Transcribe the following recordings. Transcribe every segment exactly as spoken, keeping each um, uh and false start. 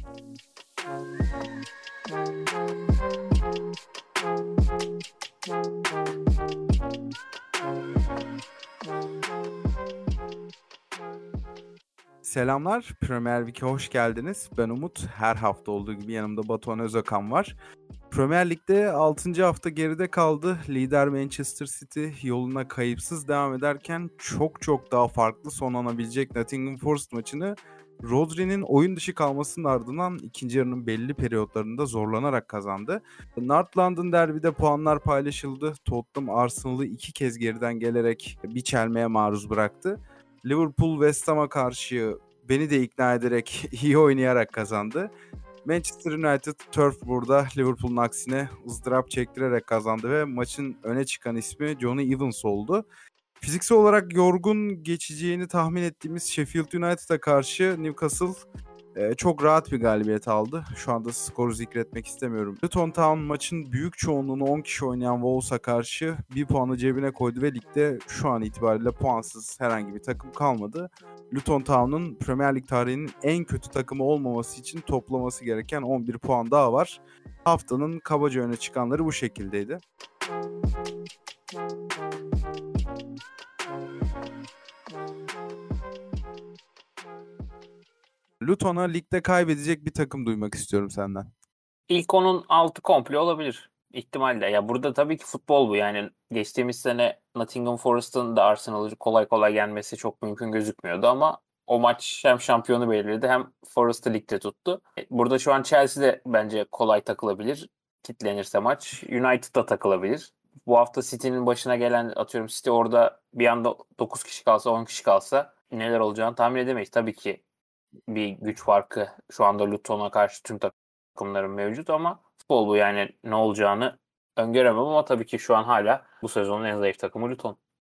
Selamlar, Premier Lig'e hoş geldiniz. Ben Umut. Her hafta olduğu gibi yanımda Batuhan Özökan var. Premier Lig'de altıncı hafta geride kaldı. Lider Manchester City yoluna kayıpsız devam ederken çok çok daha farklı sonlanabilecek Nottingham Forest maçını Rodri'nin oyun dışı kalmasının ardından ikinci yarının belli periyotlarında zorlanarak kazandı. North London derbide puanlar paylaşıldı. Tottenham Arsenal'ı iki kez geriden gelerek bir çelmeye maruz bıraktı. Liverpool West Ham'a karşı beni de ikna ederek iyi oynayarak kazandı. Manchester United Turf burada Liverpool'un aksine ızdırap çektirerek kazandı ve maçın öne çıkan ismi Johnny Evans oldu. Fiziksel olarak yorgun geçeceğini tahmin ettiğimiz Sheffield United'a karşı Newcastle e, çok rahat bir galibiyet aldı. Şu anda skoru zikretmek istemiyorum. Luton Town maçın büyük çoğunluğunu on kişi oynayan Wolves'a karşı bir puanı cebine koydu ve ligde şu an itibariyle puansız herhangi bir takım kalmadı. Luton Town'un Premier Lig tarihinin en kötü takımı olmaması için toplaması gereken on bir puan daha var. Haftanın kabaca öne çıkanları bu şekildeydi. Luton'a ligde kaybedecek bir takım duymak istiyorum senden. İlk onun altı komple olabilir. İhtimalle. Ya burada tabii ki futbol bu. Yani geçtiğimiz sene Nottingham Forest'ın da Arsenal'ı kolay kolay yenmesi çok mümkün gözükmüyordu ama o maç hem şampiyonu belirledi hem Forest'ı ligde tuttu. Burada şu an Chelsea de bence kolay takılabilir. Kitlenirse maç. United da takılabilir. Bu hafta City'nin başına gelen, atıyorum City orada bir anda dokuz kişi kalsa, on kişi kalsa neler olacağını tahmin edemeyiz. Tabii ki bir güç farkı şu anda Luton'a karşı tüm takımların mevcut ama futbol bu, yani ne olacağını öngöremem ama tabii ki şu an hala bu sezonun en zayıf takımı Luton.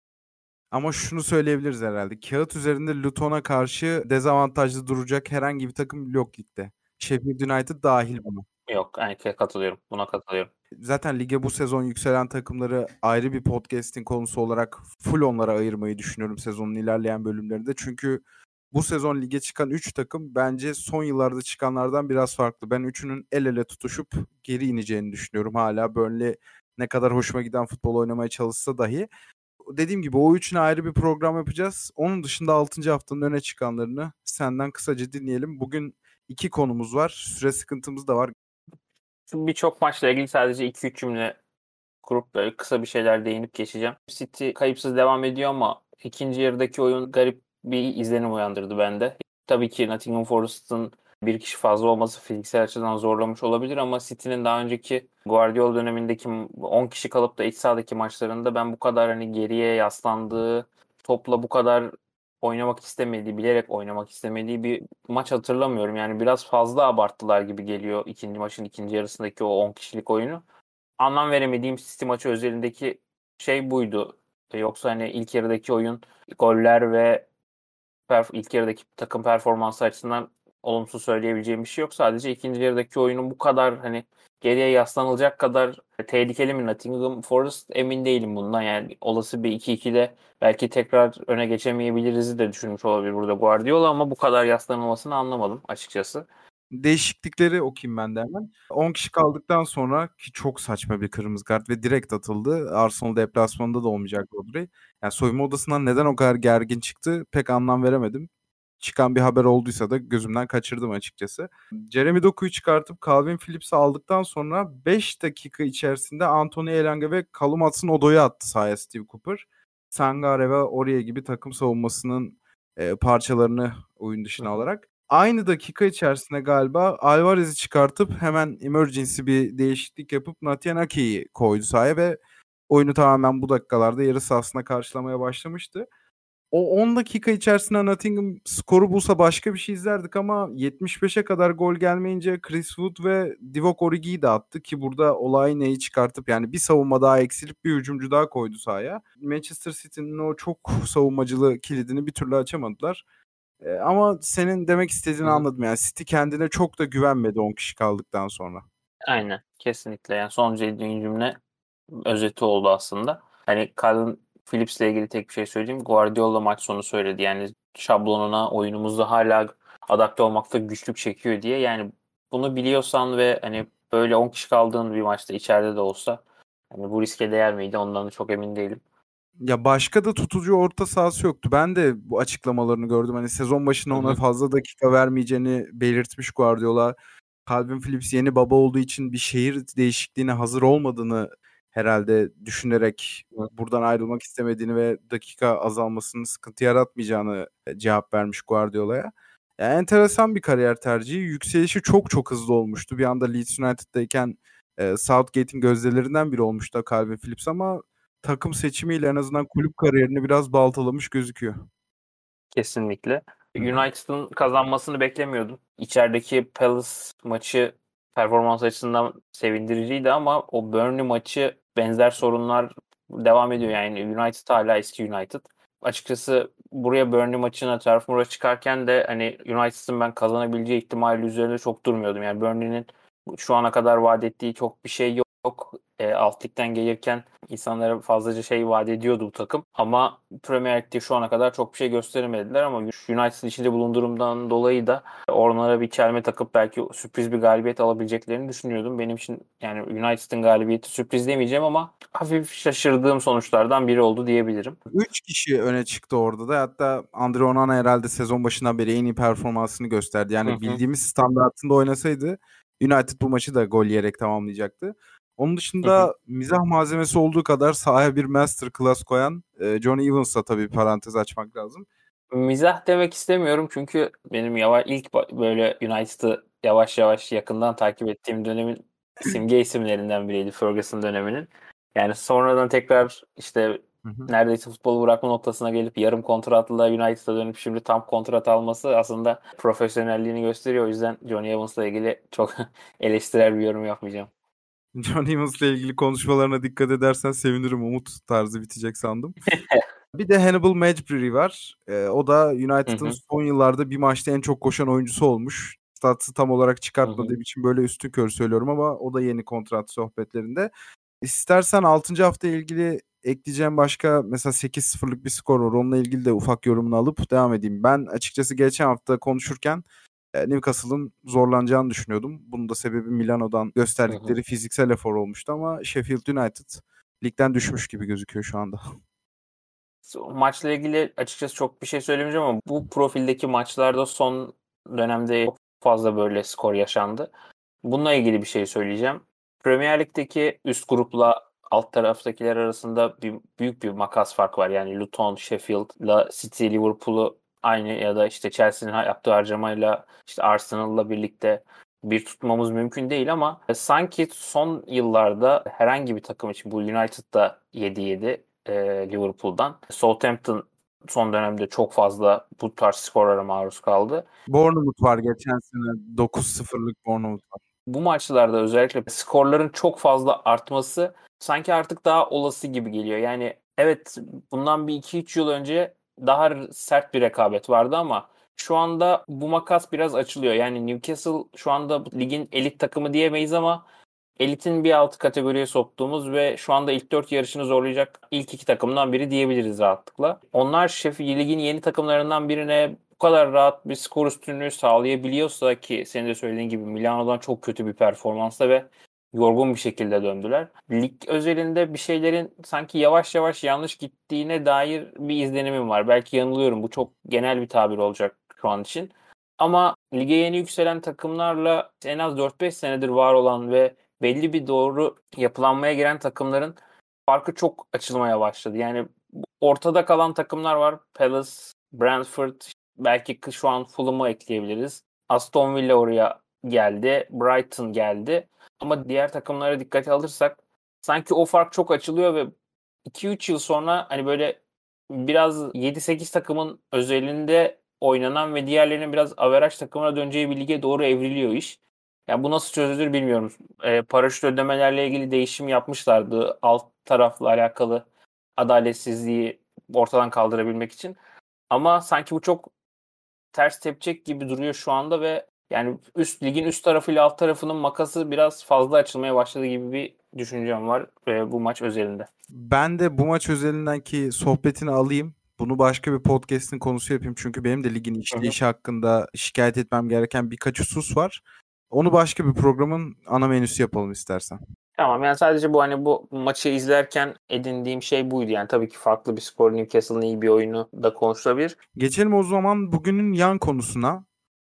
Ama şunu söyleyebiliriz herhalde. Kağıt üzerinde Luton'a karşı dezavantajlı duracak herhangi bir takım yok ligde. Sheffield United dahil buna. Yok, yani katılıyorum. Buna katılıyorum. Zaten lige bu sezon yükselen takımları ayrı bir podcast'in konusu olarak full onlara ayırmayı düşünüyorum sezonun ilerleyen bölümlerinde. Çünkü bu sezon lige çıkan üç takım bence son yıllarda çıkanlardan biraz farklı. Ben üçünün el ele tutuşup geri ineceğini düşünüyorum. Hala Burnley ne kadar hoşuma giden futbol oynamaya çalışsa dahi. Dediğim gibi o üçüne ayrı bir program yapacağız. Onun dışında altıncı haftanın öne çıkanlarını senden kısaca dinleyelim. Bugün iki konumuz var. Süre sıkıntımız da var. Şimdi birçok maçla ilgili sadece iki üç cümle kurup böyle kısa bir şeyler değinip geçeceğim. City kayıpsız devam ediyor ama ikinci yarıdaki oyun garip bir izlenim uyandırdı bende. Tabii ki Nottingham Forest'ın bir kişi fazla olması fiziksel açıdan zorlamış olabilir ama City'nin daha önceki Guardiola dönemindeki on kişi kalıp da iç sahadaki maçlarında ben bu kadar hani geriye yaslandığı, topla bu kadar oynamak istemediği, bilerek oynamak istemediği bir maç hatırlamıyorum. Yani biraz fazla abarttılar gibi geliyor ikinci maçın ikinci yarısındaki o on kişilik oyunu. Anlam veremediğim City maçı özelindeki şey buydu. Yoksa hani ilk yarıdaki oyun, goller ve perf- ilk yarıdaki takım performansı açısından olumsuz söyleyebileceğim bir şey yok. Sadece ikinci yarıdaki oyunun bu kadar hani geriye yaslanılacak kadar tehlikeli mi Nottingham Forest, emin değilim bundan. Yani olası bir iki ikide belki tekrar öne geçemeyebiliriz de düşünmüş olabilir burada Guardiola ama bu kadar yaslanılmasını anlamadım açıkçası. Değişiklikleri okuyayım ben de hemen. on kişi kaldıktan sonra ki çok saçma bir kırmızı kart ve direkt atıldı. Arsenal deplasmanında da olmayacak Rodri. Yani soyunma odasından neden o kadar gergin çıktı pek anlam veremedim. Çıkan bir haber olduysa da gözümden kaçırdım açıkçası. Jeremy Doku'yu çıkartıp Calvin Phillips'i aldıktan sonra beş dakika içerisinde Anthony Elanga ve Callum Hudson-Odoi attı sahaya Steve Cooper. Sangare ve Aurier gibi takım savunmasının e, parçalarını oyun dışına alarak. Aynı dakika içerisinde galiba Alvarez'i çıkartıp hemen emergency bir değişiklik yapıp Nathan Ake'yi koydu sahaya ve oyunu tamamen bu dakikalarda yarı sahasına karşılamaya başlamıştı. O on dakika içerisinde Nottingham skoru bulsa başka bir şey izlerdik ama yetmiş beşe kadar gol gelmeyince Chris Wood ve Divock Origi'yi de attı ki burada olay neyi çıkartıp yani bir savunma daha eksilip bir hücumcu daha koydu sahaya. Manchester City'nin o çok savunmacılı kilidini bir türlü açamadılar. Ee, ama senin demek istediğini Hı-hı. anladım. Yani City kendine çok da güvenmedi on kişi kaldıktan sonra. Aynen. Kesinlikle. Yani son dediğin cümle özeti oldu aslında. Hani Calvin Phillips'le ilgili tek bir şey söyleyeyim. Guardiola maç sonu söyledi. Yani şablonuna, oyunumuzda hala adapte olmakta güçlük çekiyor diye. Yani bunu biliyorsan ve hani böyle on kişi kaldığın bir maçta içeride de olsa hani bu riske değer miydi ondan da çok emin değilim. Ya başka da tutucu orta sahası yoktu. Ben de bu açıklamalarını gördüm. Hani sezon başında Hı ona hı. fazla dakika vermeyeceğini belirtmiş Guardiola. Calvin Phillips yeni baba olduğu için bir şehir değişikliğine hazır olmadığını herhalde düşünerek Hı. buradan ayrılmak istemediğini ve dakika azalmasının sıkıntı yaratmayacağını e, cevap vermiş Guardiola'ya. Yani enteresan bir kariyer tercihi. Yükselişi çok çok hızlı olmuştu. Bir anda Leeds United'dayken e, Southgate'in gözdelerinden biri olmuştu Calvin Phillips ama takım seçimiyle en azından kulüp kariyerini biraz baltalamış gözüküyor. Kesinlikle. Hı hı. United'ın kazanmasını beklemiyordum. İçerideki Palace maçı performans açısından sevindiriciydi ama o Burnley maçı benzer sorunlar devam ediyor. Yani United hala eski United. Açıkçası buraya Burnley maçına Turf Moor'a çıkarken de hani United'ın ben kazanabileceği ihtimali üzerinde çok durmuyordum. Yani Burnley'nin şu ana kadar vaat ettiği çok bir şey yok. E, alt ligden gelirken insanlara fazlaca şey vaat ediyordu bu takım. Ama Premier Lig'de şu ana kadar çok bir şey gösteremediler ama United'ın içinde bulunduğumdan dolayı da onlara bir çelme takıp belki sürpriz bir galibiyet alabileceklerini düşünüyordum. Benim için yani United'ın galibiyeti sürpriz demeyeceğim ama hafif şaşırdığım sonuçlardan biri oldu diyebilirim. Üç kişi öne çıktı orada da. Hatta Andre Onana herhalde sezon başından beri en iyi performansını gösterdi. Hı Yani hı. bildiğimiz standartında oynasaydı United bu maçı da gol yiyerek tamamlayacaktı. Onun Hı hı. dışında mizah malzemesi olduğu kadar sahaya bir masterclass koyan e, John Evans'a tabii parantez açmak lazım. Mizah demek istemiyorum çünkü benim yavaş ilk ba- böyle United'ı yavaş yavaş yakından takip ettiğim dönemin simge isimlerinden biriydi Ferguson döneminin. Yani sonradan tekrar işte Hı hı. neredeyse futbolu bırakma noktasına gelip yarım kontratla United'a dönüp şimdi tam kontrat alması aslında profesyonelliğini gösteriyor. O yüzden Johnny Evans'la ilgili çok eleştirel bir yorum yapmayacağım. John Evans'la ilgili konuşmalarına dikkat edersen sevinirim. Umut tarzı bitecek sandım. Bir de Hannibal Mejbri var. Ee, o da Hı United'ın hı, son yıllarda bir maçta en çok koşan oyuncusu olmuş. Stats'ı tam olarak hı hı. çıkartmadığım için böyle üstünkörü söylüyorum ama o da yeni kontrat sohbetlerinde. İstersen altıncı hafta ilgili ekleyeceğim başka mesela sekiz sıfırlık bir skor var. Onunla ilgili de ufak yorumunu alıp devam edeyim. Ben açıkçası geçen hafta konuşurken e, Newcastle'ın zorlanacağını düşünüyordum. Bunun da sebebi Milano'dan Hı hı. gösterdikleri fiziksel efor olmuştu ama Sheffield United ligden düşmüş gibi gözüküyor şu anda. Maçla ilgili açıkçası çok bir şey söylemeyeceğim ama bu profildeki maçlarda son dönemde çok fazla böyle skor yaşandı. Bununla ilgili bir şey söyleyeceğim. Premier Lig'deki üst grupla alt taraftakiler arasında bir büyük bir makas fark var. Yani Luton, Sheffield'la City, Liverpool'u aynı ya da işte Chelsea'nin yaptığı harcamayla işte Arsenal'la birlikte bir tutmamız mümkün değil ama sanki son yıllarda herhangi bir takım için bu United'da yedi yedi e, Liverpool'dan. Southampton son dönemde çok fazla bu tarz skorlara maruz kaldı. Bournemouth var geçen sene. dokuz sıfırlık Bournemouth var. Bu maçlarda özellikle skorların çok fazla artması sanki artık daha olası gibi geliyor. Yani evet bundan bir iki üç yıl önce daha sert bir rekabet vardı ama şu anda bu makas biraz açılıyor. Yani Newcastle şu anda ligin elit takımı diyemeyiz ama elitin bir altı kategoriye soktuğumuz ve şu anda ilk dört yarışını zorlayacak ilk iki takımdan biri diyebiliriz rahatlıkla. Onlar Sheffield Lig'in yeni takımlarından birine bu kadar rahat bir skor üstünlüğü sağlayabiliyorsa ki senin de söylediğin gibi Milano'dan çok kötü bir performansla ve yorgun bir şekilde döndüler. Lig özelinde bir şeylerin sanki yavaş yavaş yanlış gittiğine dair bir izlenimim var. Belki yanılıyorum. Bu çok genel bir tabir olacak şu an için. Ama lige yeni yükselen takımlarla en az dört beş senedir var olan ve belli bir doğru yapılanmaya giren takımların farkı çok açılmaya başladı. Yani ortada kalan takımlar var. Palace, Brentford, belki şu an Fulham'ı ekleyebiliriz. Aston Villa oraya geldi. Brighton geldi. Ama diğer takımlara dikkate alırsak sanki o fark çok açılıyor ve iki üç yıl sonra hani böyle biraz yedi sekiz takımın özelinde oynanan ve diğerlerinin biraz averaj takımına döneceği bir lige doğru evriliyor iş. Yani bu nasıl çözülür bilmiyorum. E, paraşüt ödemelerle ilgili değişim yapmışlardı. Alt tarafla alakalı adaletsizliği ortadan kaldırabilmek için. Ama sanki bu çok ters tepecek gibi duruyor şu anda ve yani üst ligin üst tarafıyla alt tarafının makası biraz fazla açılmaya başladı gibi bir düşüncem var e, bu maç özelinde. Ben de bu maç özelindeki sohbetini alayım. Bunu başka bir podcast'in konusu yapayım çünkü benim de ligin işleyişi hakkında şikayet etmem gereken birkaç husus var. Onu başka bir programın ana menüsü yapalım istersen. Tamam, yani sadece bu hani bu maçı izlerken edindiğim şey buydu. Yani tabii ki farklı bir skor, Newcastle'ın iyi bir oyunu da konuşulabilir. Geçelim o zaman bugünün yan konusuna.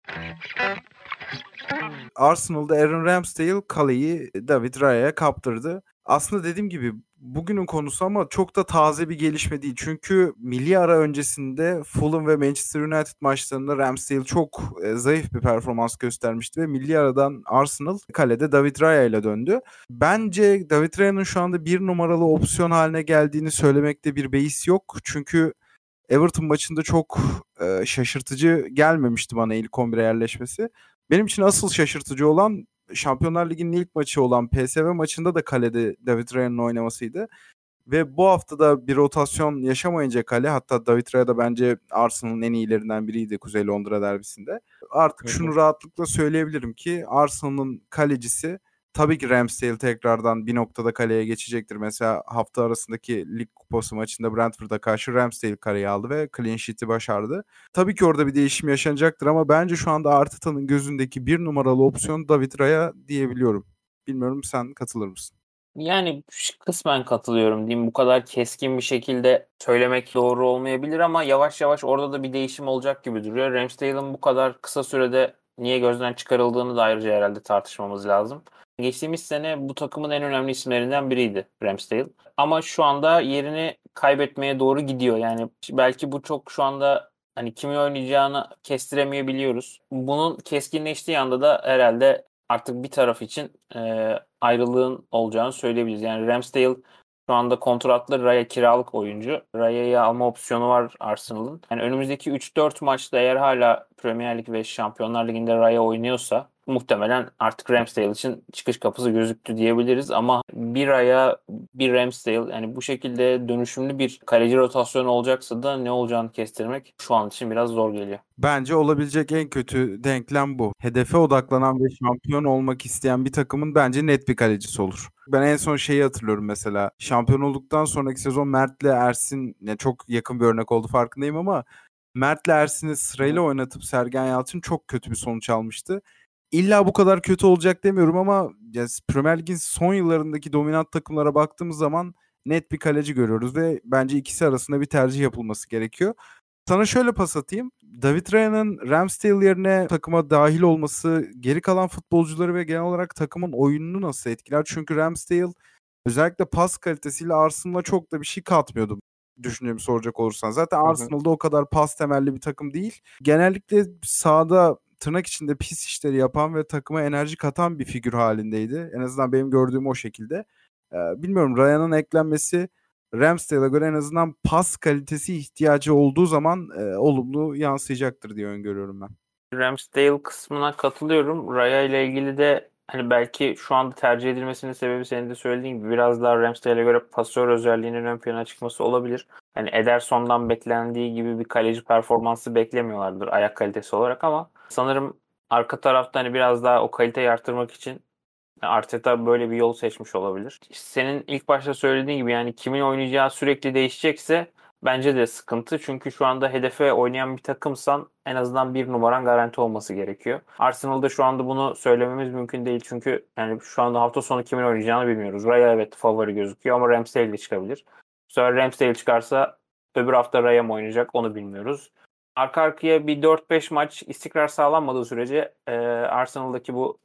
Arsenal'da Aaron Ramsdale kaleyi David Raya'ya kaptırdı. Aslında dediğim gibi bugünün konusu ama çok da taze bir gelişme değil. Çünkü milli ara öncesinde Fulham ve Manchester United maçlarında Ramsdale çok e, zayıf bir performans göstermişti ve milli aradan Arsenal kalede David Raya ile döndü. Bence David Raya'nın şu anda bir numaralı opsiyon haline geldiğini söylemekte bir beis yok. Çünkü Everton maçında çok e, şaşırtıcı gelmemişti bana ilk on bire yerleşmesi. Benim için asıl şaşırtıcı olan Şampiyonlar Ligi'nin ilk maçı olan P S V maçında da kalede David Raya'nın oynamasıydı. Ve bu hafta da bir rotasyon yaşamayınca kale, hatta David Raya da bence Arsenal'ın en iyilerinden biriydi Kuzey Londra derbisinde. Artık şunu rahatlıkla söyleyebilirim ki Arsenal'ın kalecisi tabii ki Ramsdale tekrardan bir noktada kaleye geçecektir. Mesela hafta arasındaki lig kupası maçında Brentford'a karşı Ramsdale kaleyi aldı ve clean sheet'i başardı. Tabii ki orada bir değişim yaşanacaktır ama bence şu anda Arteta'nın gözündeki bir numaralı opsiyon David Raya diyebiliyorum. Bilmiyorum, sen katılır mısın? Yani kısmen katılıyorum diyeyim. Bu kadar keskin bir şekilde söylemek doğru olmayabilir ama yavaş yavaş orada da bir değişim olacak gibi duruyor. Ramsdale'ın bu kadar kısa sürede niye gözden çıkarıldığını da ayrıca herhalde tartışmamız lazım. Geçtiğimiz sene bu takımın en önemli isimlerinden biriydi Ramsdale. Ama şu anda yerini kaybetmeye doğru gidiyor. Yani belki bu çok şu anda hani kimin oynayacağını kestiremeyebiliyoruz. Bunun keskinleştiği anda da herhalde artık bir taraf için e, ayrılığın olacağını söyleyebiliriz. Yani Ramsdale şu anda kontratlı, Raya kiralık oyuncu. Raya'yı alma opsiyonu var Arsenal'ın. Yani önümüzdeki üç dört maçta eğer hala Premier Lig ve Şampiyonlar Ligi'nde Raya oynuyorsa muhtemelen artık Ramsdale için çıkış kapısı gözüktü diyebiliriz ama bir Raya, bir Ramsdale, yani bu şekilde dönüşümlü bir kaleci rotasyonu olacaksa da ne olacağını kestirmek şu an için biraz zor geliyor. Bence olabilecek en kötü denklem bu. Hedefe odaklanan ve şampiyon olmak isteyen bir takımın bence net bir kalecisi olur. Ben en son şeyi hatırlıyorum mesela. Şampiyon olduktan sonraki sezon Mert'le Ersin, yani çok yakın bir örnek oldu farkındayım ama Mert'le Ersin'i sırayla oynatıp Sergen Yalçın çok kötü bir sonuç almıştı. İlla bu kadar kötü olacak demiyorum ama ya Premier Lig'in son yıllarındaki dominant takımlara baktığımız zaman net bir kaleci görüyoruz ve bence ikisi arasında bir tercih yapılması gerekiyor. Sana şöyle pas atayım. David Raya'nın Ramsdale yerine takıma dahil olması geri kalan futbolcuları ve genel olarak takımın oyununu nasıl etkiler? Çünkü Ramsdale özellikle pas kalitesiyle Arsenal'a çok da bir şey katmıyordu, düşüncemi soracak olursan. Zaten Arsenal'da o kadar pas temelli bir takım değil. Genellikle sahada tırnak içinde pis işleri yapan ve takıma enerji katan bir figür halindeydi. En azından benim gördüğüm o şekilde. Ee, bilmiyorum, Raya'nın eklenmesi Ramsdale'a göre en azından pas kalitesi ihtiyacı olduğu zaman e, olumlu yansıyacaktır diye öngörüyorum ben. Ramsdale kısmına katılıyorum. Raya ile ilgili de hani belki şu anda tercih edilmesinin sebebi senin de söylediğin gibi biraz daha Ramsdale'e göre pasör özelliğinin ön plana çıkması olabilir. Hani Ederson'dan beklendiği gibi bir kaleci performansı beklemiyorlardır ayak kalitesi olarak ama sanırım arka tarafta hani biraz daha o kaliteyi arttırmak için Arteta böyle bir yol seçmiş olabilir. Senin ilk başta söylediğin gibi yani kimin oynayacağı sürekli değişecekse bence de sıkıntı. Çünkü şu anda hedefe oynayan bir takımsan en azından bir numaran garanti olması gerekiyor. Arsenal'da şu anda bunu söylememiz mümkün değil. Çünkü yani şu anda hafta sonu kimin oynayacağını bilmiyoruz. Raya evet favori gözüküyor ama Ramsdale de çıkabilir. Bu sefer Ramsdale çıkarsa öbür hafta Raya mı oynayacak onu bilmiyoruz. Arka arkaya bir dört beş maç istikrar sağlanmadığı sürece e, Arsenal'daki bu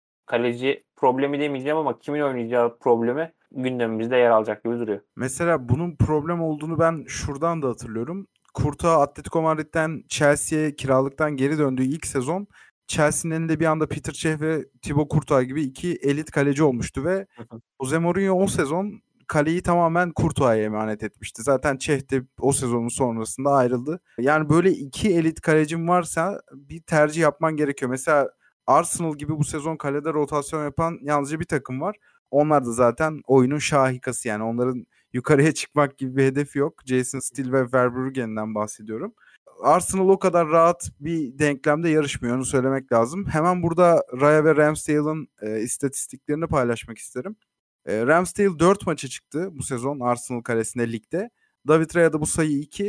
kaleci problemi demeyeceğim ama kimin oynayacağı problemi gündemimizde yer alacak gibi duruyor. Mesela bunun problem olduğunu ben şuradan da hatırlıyorum. Courtois Atletico Madrid'den Chelsea'ye kiralıktan geri döndüğü ilk sezon Chelsea'nin elinde bir anda Peter Cech ve Thibaut Courtois gibi iki elit kaleci olmuştu ve Jose Mourinho o sezon kaleyi tamamen Courtois'a emanet etmişti. Zaten Cech de o sezonun sonrasında ayrıldı. Yani böyle iki elit kalecin varsa bir tercih yapman gerekiyor. Mesela Arsenal gibi bu sezon kalede rotasyon yapan yalnızca bir takım var. Onlar da zaten oyunun şahikası, yani onların yukarıya çıkmak gibi bir hedefi yok. Jason Steele ve Verbruggen'den bahsediyorum. Arsenal o kadar rahat bir denklemde yarışmıyor, onu söylemek lazım. Hemen burada Raya ve Ramsdale'ın e, istatistiklerini paylaşmak isterim. E, Ramsdale dört maça çıktı bu sezon Arsenal kalesinde ligde. David Raya da bu sayı iki.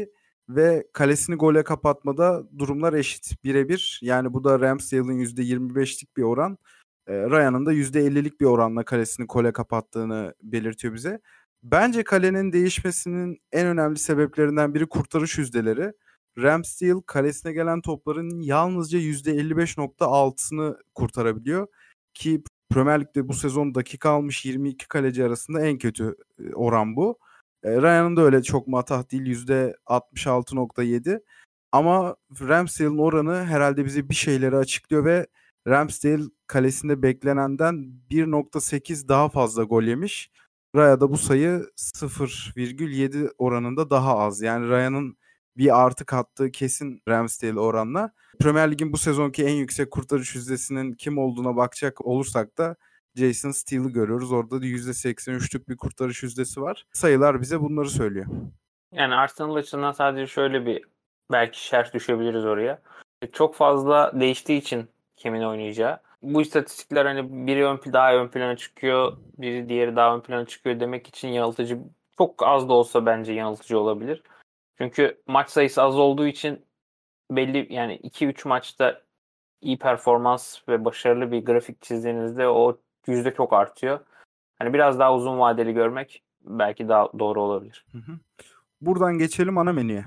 ve kalesini gole kapatmada durumlar eşit. Birebir. Yani bu da Ramsdale'ın yüzde yirmi beşlik bir oran. E, Ryan'ın da yüzde ellilik bir oranla kalesini gole kapattığını belirtiyor bize. Bence kalenin değişmesinin en önemli sebeplerinden biri kurtarış yüzdeleri. Ramsdale kalesine gelen topların yalnızca yüzde elli beş nokta altısını kurtarabiliyor. Ki Premier Lig'de bu sezon dakika almış yirmi iki kaleci arasında en kötü oran bu. E, Ryan'ın da öyle çok matah değil, yüzde altmış altı nokta yedi. Ama Ramsdale'ın oranı herhalde bize bir şeyleri açıklıyor ve Ramsdale kalesinde beklenenden bir nokta sekiz daha fazla gol yemiş. Raya'da bu sayı sıfır virgül yedi oranında daha az. Yani Ryan'ın bir artı kattığı kesin Ramsdale oranla. Premier Lig'in bu sezonki en yüksek kurtarış yüzdesinin kim olduğuna bakacak olursak da Jason Steele'ı görüyoruz. Orada da yüzde seksen üçlük bir kurtarış yüzdesi var. Sayılar bize bunları söylüyor. Yani Arsenal açısından sadece şöyle bir belki şerh düşebiliriz oraya. Çok fazla değiştiği için kimin oynayacağı. Bu istatistikler hani biri ön, daha ön plana çıkıyor, biri diğeri daha ön plana çıkıyor demek için yanıltıcı, çok az da olsa bence yanıltıcı olabilir. Çünkü maç sayısı az olduğu için belli, yani iki üç maçta iyi performans ve başarılı bir grafik çizdiğinizde o yüzde çok artıyor. Hani biraz daha uzun vadeli görmek belki daha doğru olabilir. Hı hı. Buradan geçelim ana menüye.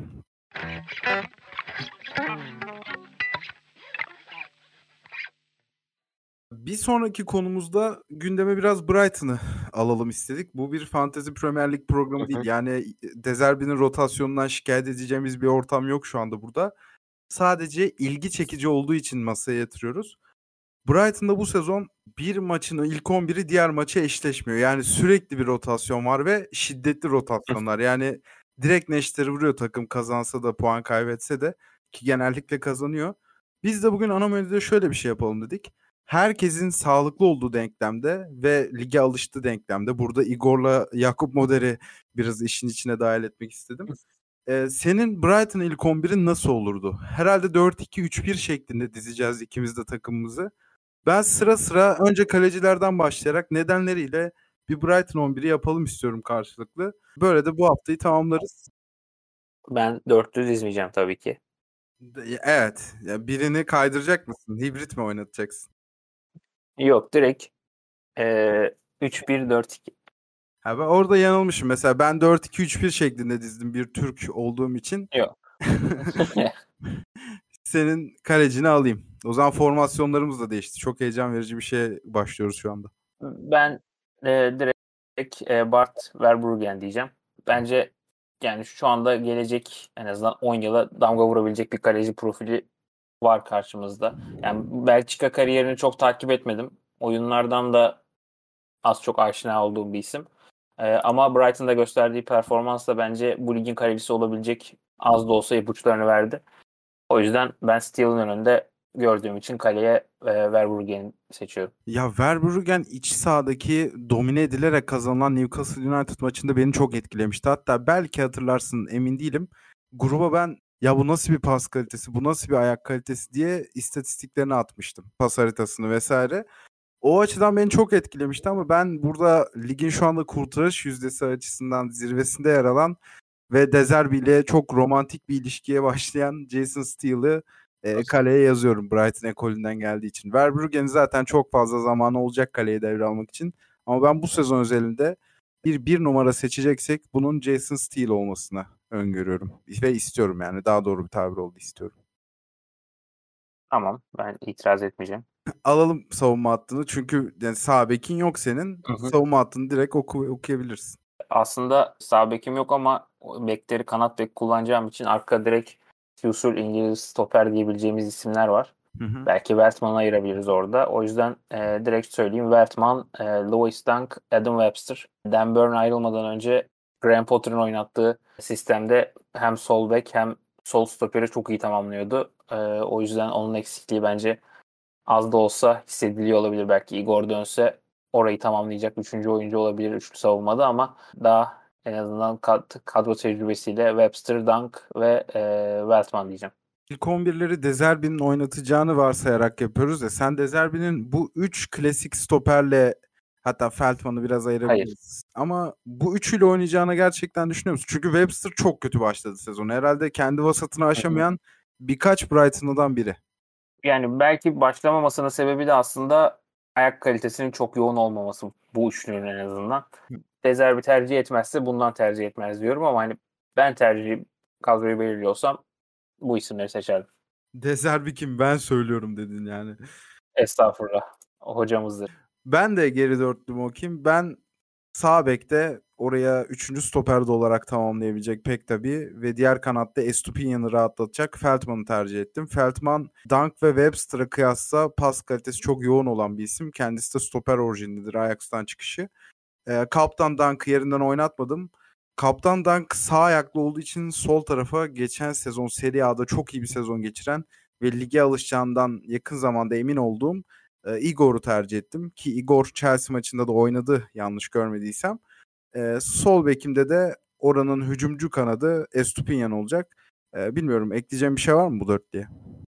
Bir sonraki konumuzda gündeme biraz Brighton'ı alalım istedik. Bu bir Fantasy Premier Lig programı değil. Yani De Zerbi'nin rotasyonundan şikayet edeceğimiz bir ortam yok şu anda burada. Sadece ilgi çekici olduğu için masaya yatırıyoruz. Brighton'da bu sezon bir maçın ilk on biri diğer maça eşleşmiyor. Yani sürekli bir rotasyon var ve şiddetli rotasyonlar. Yani direkt neşteri vuruyor takım, kazansa da puan kaybetse de, ki genellikle kazanıyor. Biz de bugün ana menüde şöyle bir şey yapalım dedik. Herkesin sağlıklı olduğu denklemde ve lige alıştığı denklemde, burada Igor'la Yakup Moder'i biraz işin içine dahil etmek istedim. Ee, senin Brighton ilk on birin nasıl olurdu? Herhalde dört iki üç bir şeklinde dizeceğiz ikimiz de takımımızı. Ben sıra sıra önce kalecilerden başlayarak nedenleriyle bir Brighton on biri yapalım istiyorum karşılıklı. Böyle de bu haftayı tamamlarız. Ben dörtlü dizmeyeceğim tabii ki. Evet. Ya birini kaydıracak mısın? Hibrit mi oynatacaksın? Yok, direkt e, üç bir dört iki. Ha, ben orada yanılmışım. Mesela ben dört iki üç bir şeklinde dizdim bir Türk olduğum için. Yok. Senin kalecini alayım. O zaman formasyonlarımız da değişti. Çok heyecan verici bir şeye başlıyoruz şu anda. Ben e, direkt e, Bart Verbruggen diyeceğim. Bence yani şu anda gelecek en azından on yıla damga vurabilecek bir kaleci profili var karşımızda. Yani Belçika kariyerini çok takip etmedim. Oyunlardan da az çok aşina olduğum bir isim. E, ama Brighton'da gösterdiği performansla bence bu ligin kalecisi olabilecek az da olsa ipuçlarını verdi. O yüzden ben Steele'ın önünde gördüğüm için kaleye e, Verbruggen'i seçiyorum. Ya Verbruggen iç sahadaki domine edilerek kazanılan Newcastle United maçında beni çok etkilemişti. Hatta belki hatırlarsın, emin değilim. Gruba ben ya bu nasıl bir pas kalitesi, bu nasıl bir ayak kalitesi diye istatistiklerini atmıştım. Pas haritasını vesaire. O açıdan beni çok etkilemişti ama ben burada ligin şu anda kurtarış yüzdesi açısından zirvesinde yer alan ve De Zerbi ile çok romantik bir ilişkiye başlayan Jason Steele'ı e, kaleye yazıyorum Brighton ekolünden geldiği için. Verbruggen'in zaten çok fazla zamanı olacak kaleye devralmak için. Ama ben bu sezon özelinde bir bir numara seçeceksek bunun Jason Steele olmasını öngörüyorum. Ve istiyorum yani. Daha doğru bir tabir oldu, istiyorum. Tamam, ben itiraz etmeyeceğim. Alalım savunma hattını. Çünkü yani sağ bekin yok senin. Hı hı. Savunma hattını direkt oku, okuyabilirsin. Aslında sağ bekim yok ama bekleri kanat bek kullanacağım için arka direkt usul İngiliz stoper diyebileceğimiz isimler var. Hı hı. Belki Weltman'ı ayırabiliriz orada. O yüzden e, direkt söyleyeyim. Weltman, e, Lewis Dunk, Adam Webster. Dan Burn ayrılmadan önce Graham Potter'ın oynattığı sistemde hem sol bek hem sol stoperi çok iyi tamamlıyordu. E, o yüzden onun eksikliği bence az da olsa hissediliyor olabilir. Belki Igor dönse orayı tamamlayacak üçüncü oyuncu olabilir üçlü savunmada ama daha en azından kad- kadro tecrübesiyle Webster, Dunk ve e, Weltman diyeceğim. İlk on birleri De Zerbi'nin oynatacağını varsayarak yapıyoruz ya. Sen De Zerbi'nin bu üç klasik stoperle Hatta Feldman'ı biraz Hayır. ayırabiliriz. Ama bu üçüyle oynayacağını gerçekten düşünüyor musun? Çünkü Webster çok kötü başladı sezonu. Herhalde kendi vasatını Hı hı. aşamayan birkaç Brighton'dan biri. Yani belki başlamamasının sebebi de aslında ayak kalitesinin çok yoğun olmaması bu üçlünün en azından. De Zerbi tercih etmezse bundan tercih etmez diyorum ama hani ben tercih kadroyu belirliyorsam bu isimleri seçerdim. De Zerbi kim? Ben söylüyorum dedin yani. Estağfurullah. O hocamızdır. Ben de geri dörtlümü okuyayım. Ben sağ bekte oraya üçüncü stoper de olarak tamamlayabilecek pek tabii ve diğer kanatta Estupinyan'ı rahatlatacak Feldman'ı tercih ettim. Feldman, Dunk ve Webster'a kıyasla pas kalitesi çok yoğun olan bir isim. Kendisi de stoper orijinlidir Ajax'tan çıkışı. Ee, Kaptan Dunk'ı yerinden oynatmadım. Kaptan Dunk sağ ayaklı olduğu için sol tarafa geçen sezon Serie A'da çok iyi bir sezon geçiren ve lige alışacağından yakın zamanda emin olduğum e, Igor'u tercih ettim. Ki Igor Chelsea maçında da oynadı yanlış görmediysem. E, sol bekimde de oranın hücumcu kanadı Estupinyan olacak. E, bilmiyorum ekleyeceğim bir şey var mı bu dörtlüye?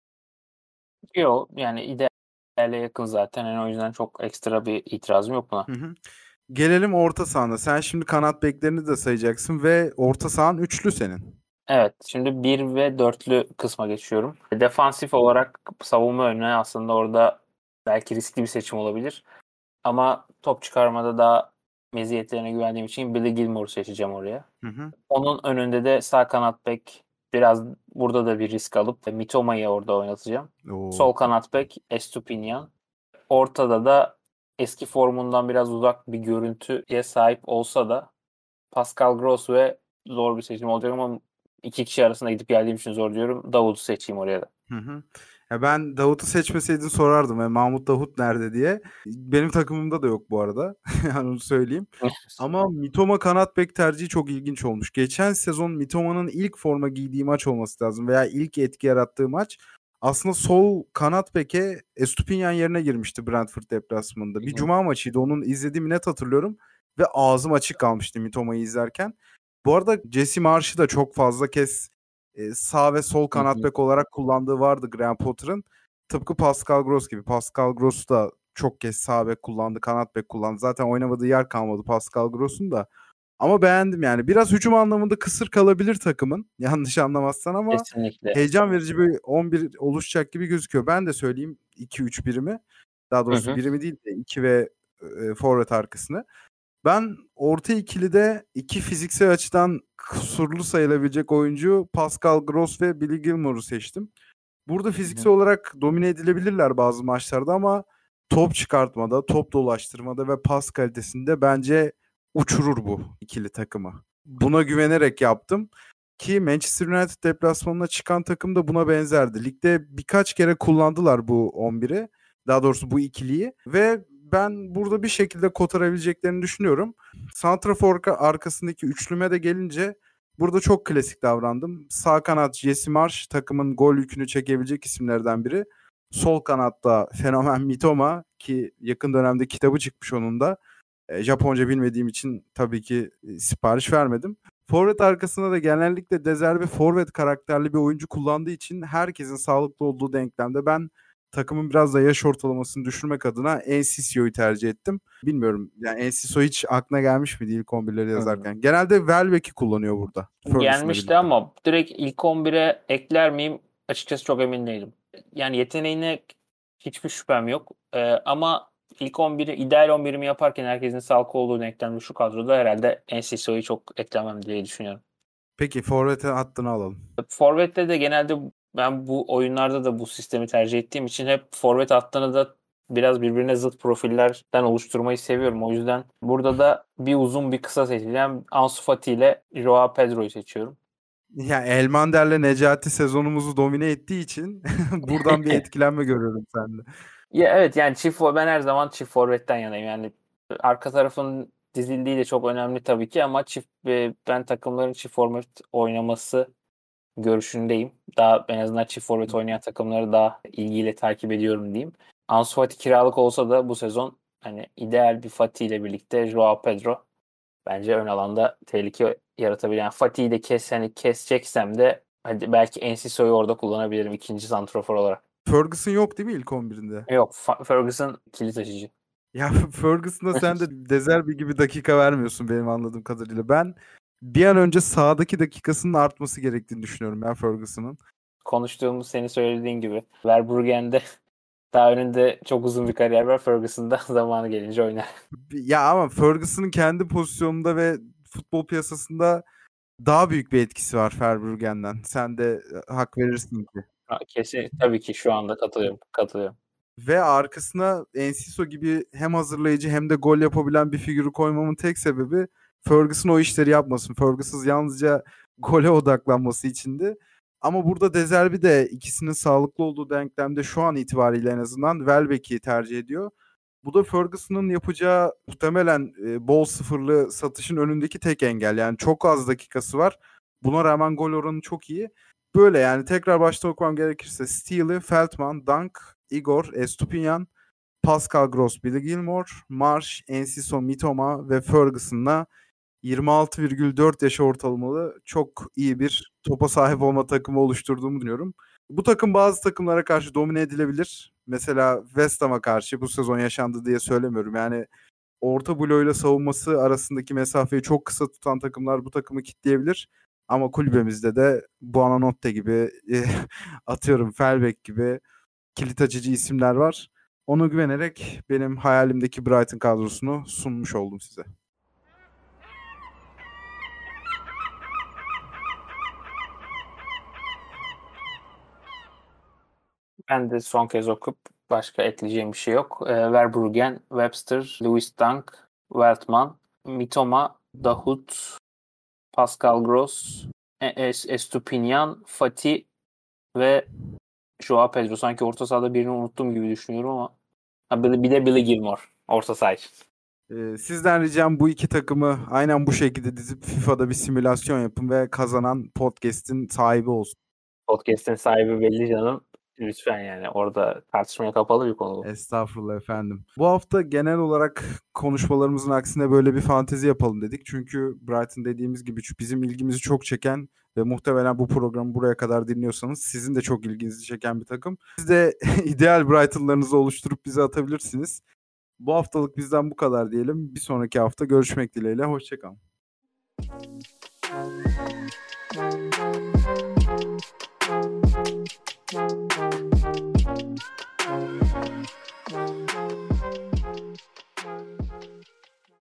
Yok yani ideale yakın zaten. Yani o yüzden çok ekstra bir itirazım yok buna. Hı hı. Gelelim orta sahana. Sen şimdi kanat beklerini de sayacaksın ve orta sahan üçlü senin. Evet, şimdi bir ve dörtlü kısma geçiyorum. Defansif olarak savunma önüne aslında orada belki riskli bir seçim olabilir. Ama top çıkarmada daha meziyetlerine güvendiğim için Billy Gilmore'u seçeceğim oraya. Hı hı. Onun önünde de sağ kanat bek biraz burada da bir risk alıp Mitoma'yı orada oynatacağım. Oo. Sol kanat bek Estupinian. Ortada da eski formundan biraz uzak bir görüntüye sahip olsa da Pascal Gross ve zor bir seçim olacak ama iki kişi arasında gidip geldiğim için zor diyorum. Davut'u seçeyim oraya da. Hı hı. Ya ben Davut'u seçmeseydin sorardım. Yani Mahmut Davut nerede diye. Benim takımımda da yok bu arada. Yani onu söyleyeyim. Ama Mitoma kanat bek tercihi çok ilginç olmuş. Geçen sezon Mitoma'nın ilk forma giydiği maç olması lazım veya ilk etki yarattığı maç. Aslında sol kanat beke Estupinyan yerine girmişti Brentford deplasmanında. Bir cuma maçıydı. Onun izlediğimi net hatırlıyorum. Ve ağzım açık kalmıştı Mitoma'yı izlerken. Bu arada Jesse Marsh'ı da çok fazla kez e, sağ ve sol kanat bek olarak kullandığı vardı Graham Potter'ın. Tıpkı Pascal Gross gibi. Pascal Gross da çok kez sağ bek kullandı, kanat bek kullandı. Zaten oynamadığı yer kalmadı Pascal Gross'un da. Ama beğendim yani. Biraz hücum anlamında kısır kalabilir takımın. Yanlış anlamazsan ama Kesinlikle. heyecan verici bir on bir oluşacak gibi gözüküyor. Ben de söyleyeyim iki üç birimi. Daha Hı doğrusu hı. birimi değil de iki ve e, forvet arkasını. Ben orta ikilide iki fiziksel açıdan kusurlu sayılabilecek oyuncu Pascal Gross ve Billy Gilmore'u seçtim. Burada fiziksel olarak domine edilebilirler bazı maçlarda ama top çıkartmada, top dolaştırmada ve pas kalitesinde bence uçurur bu ikili takımı. Buna güvenerek yaptım ki Manchester United deplasmanına çıkan takım da buna benzerdi. Ligde birkaç kere kullandılar bu on biri. Daha doğrusu bu ikiliyi ve ben burada bir şekilde kotarabileceklerini düşünüyorum. Santrafor arkasındaki üçlüme de gelince burada çok klasik davrandım. Sağ kanat Jesse Marsh takımın gol yükünü çekebilecek isimlerden biri. Sol kanatta fenomen Mitoma ki yakın dönemde kitabı çıkmış onun da. E, Japonca bilmediğim için tabii ki e, sipariş vermedim. Forvet arkasında da genellikle De Zerbi forvet karakterli bir oyuncu kullandığı için herkesin sağlıklı olduğu denklemde ben takımın biraz da yaş ortalamasını düşürmek adına Encisio'yu tercih ettim. Bilmiyorum yani Encisio hiç aklına gelmiş miydi ilk on birleri yazarken? Genelde Welbeck'i kullanıyor burada. Ferguson'la Gelmişti birlikte. ama direkt ilk on bire ekler miyim? Açıkçası çok emin değilim. Yani yeteneğine hiçbir şüphem yok. Ee, ama ilk on biri, ideal on birimi yaparken herkesin sağlıklı olduğu denklemde şu kadroda herhalde Encisio'yu çok eklemem diye düşünüyorum. Peki forvete hattını alalım. Forvet'te de genelde ben bu oyunlarda da bu sistemi tercih ettiğim için hep forvet hattını da biraz birbirine zıt profillerden oluşturmayı seviyorum. O yüzden burada da bir uzun bir kısa seçeceğim. Ansu Fati ile Joao Pedro'yu seçiyorum. Ya Elmander'le Necati sezonumuzu domine ettiği için buradan bir etkilenme görüyorum sende. Ya evet yani çift ben her zaman çift forvetten yanayım. Yani arka tarafın dizildiği de çok önemli tabii ki ama çift ben takımların çift forvet oynaması görüşündeyim. Daha en azından çift forvet oynayan takımları daha ilgiyle takip ediyorum diyeyim. Ansu Fati kiralık olsa da bu sezon hani ideal bir Fati ile birlikte Joao Pedro bence ön alanda tehlike yaratabilir. Yani Fati'yi de kes, hani keseceksem de hadi belki Encisio'yu orada kullanabilirim ikinci santrafor olarak. Ferguson yok değil mi ilk on birinde? Yok Ferguson kilit taşıyıcı. Ya Ferguson'a sen de De Zerbi gibi dakika vermiyorsun benim anladığım kadarıyla. Ben bir an önce sahadaki dakikasının artması gerektiğini düşünüyorum ya Ferguson'ın. Konuştuğumuz, senin söylediğin gibi Verbruggen'de daha önünde çok uzun bir kariyer var. Ferguson'da zamanı gelince oynar. Ya ama Ferguson'ın kendi pozisyonunda ve futbol piyasasında daha büyük bir etkisi var Verbruggen'den. Sen de e, hak verirsin ki. Ha, kesin tabii ki şu anda katılıyorum. Katılıyorum. Ve arkasına Enciso gibi hem hazırlayıcı hem de gol yapabilen bir figürü koymamın tek sebebi Ferguson o işleri yapmasın. Ferguson yalnızca gole odaklanması içindi. Ama burada De Zerbi de ikisinin sağlıklı olduğu denklemde şu an itibariyle en azından Welbeck'i tercih ediyor. Bu da Ferguson'ın yapacağı muhtemelen e, bol sıfırlı satışın önündeki tek engel. Yani çok az dakikası var. Buna rağmen gol oranı çok iyi. Böyle yani tekrar başta okumam gerekirse Steele, Feldman, Dunk, Igor, Estupinian, Pascal Gross, Billy Gilmore, Marsh, Enciso, Mitoma ve Ferguson'la yirmi altı virgül dört yaş ortalamalı çok iyi bir topa sahip olma takımı oluşturduğumu düşünüyorum. Bu takım bazı takımlara karşı domine edilebilir. Mesela West Ham'a karşı bu sezon yaşandı diye söylemiyorum. Yani orta bloğuyla savunması arasındaki mesafeyi çok kısa tutan takımlar bu takımı kitleyebilir. Ama kulübemizde de Buonanotte gibi atıyorum Felbek gibi kilit açıcı isimler var. Ona güvenerek benim hayalimdeki Brighton kadrosunu sunmuş oldum size. Ben de son kez okup başka ekleyeceğim bir şey yok. E, Verbruggen, Webster, Lewis Dunk, Veltman, Mitoma, Dahoud, Pascal Gross, Es Estupinian, Fatih ve Joao Pedro. Sanki orta sahada birini unuttum gibi düşünüyorum ama ha, bir de Billy Gilmore orta saha için. Ee, sizden ricam bu iki takımı aynen bu şekilde dizip FIFA'da bir simülasyon yapın ve kazanan podcast'in sahibi olsun. Podcast'in sahibi belli canım. Lütfen yani orada tartışmaya kapalı bir konu bu. Estağfurullah efendim. Bu hafta genel olarak konuşmalarımızın aksine böyle bir fantezi yapalım dedik. Çünkü Brighton dediğimiz gibi bizim ilgimizi çok çeken ve muhtemelen bu programı buraya kadar dinliyorsanız sizin de çok ilginizi çeken bir takım. Siz de ideal Brighton'larınızı oluşturup bize atabilirsiniz. Bu haftalık bizden bu kadar diyelim. Bir sonraki hafta görüşmek dileğiyle. Hoşçakalın.